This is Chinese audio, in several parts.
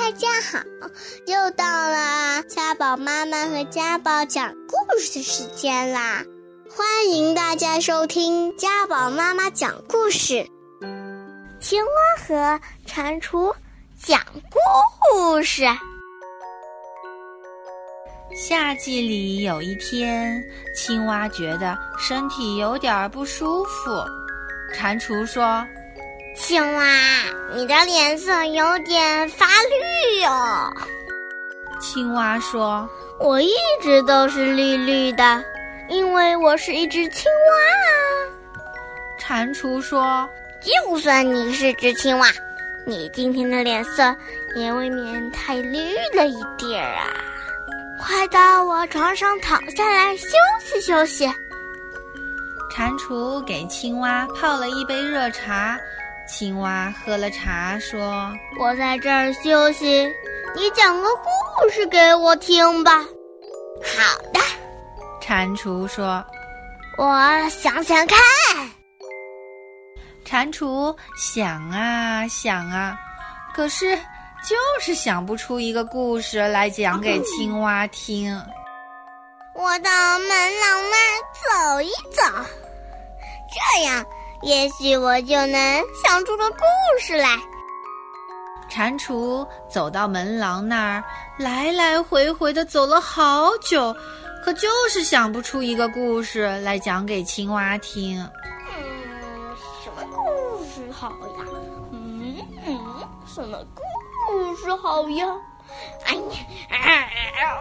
大家好，又到了家宝妈妈和家宝讲故事的时间啦！欢迎大家收听家宝妈妈讲故事。青蛙和蟾蜍讲故事。 夏季里有一天，青蛙觉得身体有点不舒服。蟾蜍说： 青蛙，你的脸色有点发绿哦。 青蛙说： 我一直都是绿绿的，因为我是一只青蛙啊。 蟾蜍说： 就算你是只青蛙，你今天的脸色也未免太绿了一点啊。快到我床上躺下来休息休息。 蟾蜍给青蛙泡了一杯热茶，青蛙喝了茶说： 我在这儿休息，你讲个故事给我听吧。好的。 蟾蜍说： 我想想看。 蟾蜍想啊想啊，可是就是想不出一个故事来讲给青蛙听。 我到门廊那儿走一走，这样也许我就能想出个故事来。 蟾蜍走到门廊那儿，来来回回地走了好久，可就是想不出一个故事来讲给青蛙听。 什么故事好呀？什么故事好呀？哎呀！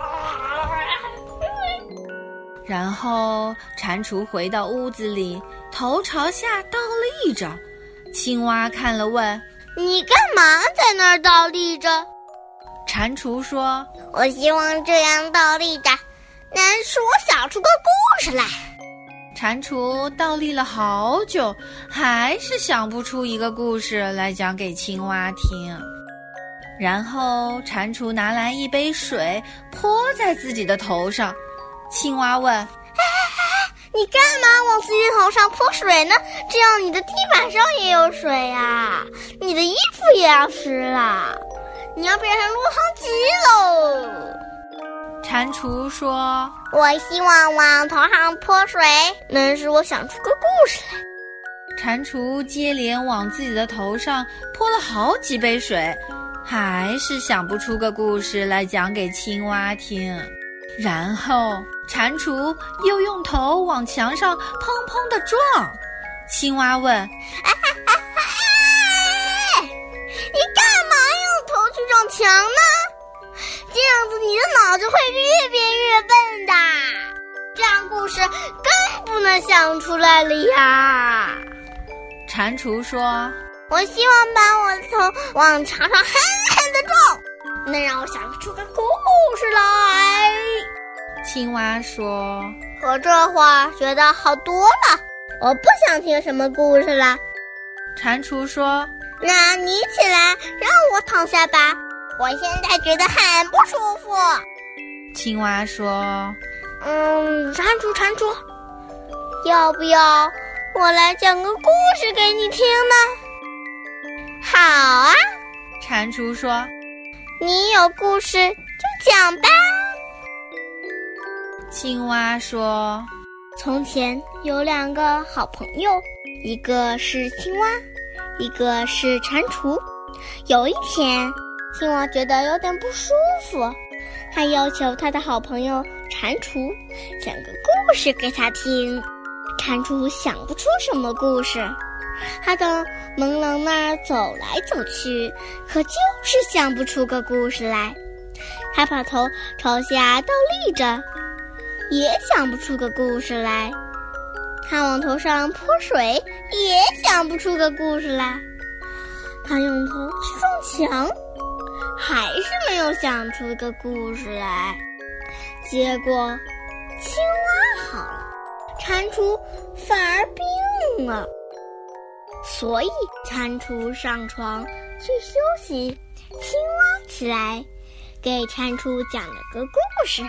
然后蟾蜍回到屋子里，头朝下倒立着。青蛙看了问： 你干嘛在那儿倒立着？ 蟾蜍说： 我希望这样倒立着能使我想出个故事来。 蟾蜍倒立了好久，还是想不出一个故事来讲给青蛙听。然后蟾蜍拿来一杯水泼在自己的头上。青蛙问： 你干嘛往自己头上泼水呢？这样你的地板上也有水呀，你的衣服也要湿了，你要变成落汤鸡喽。 蟾蜍说： 我希望往头上泼水能使我想出个故事来。 蟾蜍接连往自己的头上泼了好几杯水，还是想不出个故事来讲给青蛙听。然后蟾蜍又用头往墙上砰砰地撞。青蛙问： 你干嘛用头去撞墙呢？这样子你的脑子会越变越笨的，这样故事更不能想出来了呀。 蟾蜍说： 我希望把我的头往墙上狠狠地撞，能让我想出个故事来。 青蛙说： 我这话学得好多了，我不想听什么故事了。 蟾蜍说： 那你起来让我躺下吧，我现在觉得很不舒服。 青蛙说： 蟾蜍，要不要我来讲个故事给你听呢？好啊。 蟾蜍说： 你有故事就讲吧。 青蛙说： 从前有两个好朋友，一个是青蛙，一个是蟾蜍。有一天，青蛙觉得有点不舒服，他要求他的好朋友蟾蜍讲个故事给他听。蟾蜍想不出什么故事，他到门廊那儿走来走去，可就是想不出个故事来。他把头朝下倒立着，也想不出个故事来。他往头上泼水，也想不出个故事来。他用头去撞墙，还是没有想出个故事来。结果青蛙好了，蟾蜍反而病了。所以蟾蜍上床去休息，青蛙起来给蟾蜍讲了个故事。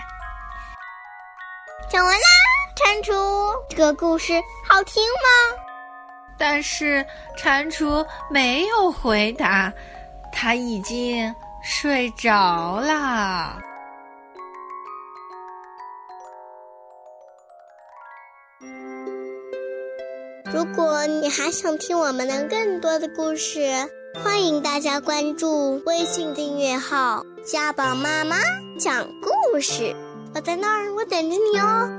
讲完啦，蟾蜍，这个故事好听吗？ 但是蟾蜍没有回答，他已经睡着啦。 如果你还想听我们的更多的故事，欢迎大家关注微信订阅号家宝妈妈讲故事，我在那儿，我等着你哦。